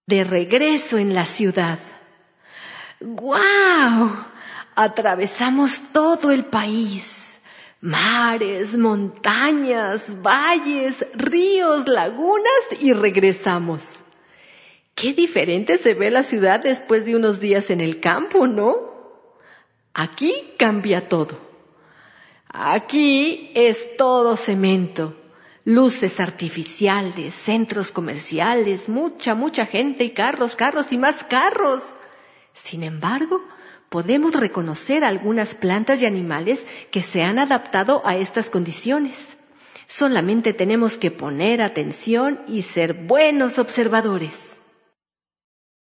De regreso en la ciudad. ¡Guau! Atravesamos todo el país. Mares, montañas, valles, ríos, lagunas y regresamos. Qué diferente se ve la ciudad después de unos días en el campo, ¿no? Aquí cambia todo. Aquí es todo cemento. Luces artificiales, centros comerciales, mucha gente y carros y más carros. Sin embargo, podemos reconocer algunas plantas y animales que se han adaptado a estas condiciones. Solamente tenemos que poner atención y ser buenos observadores.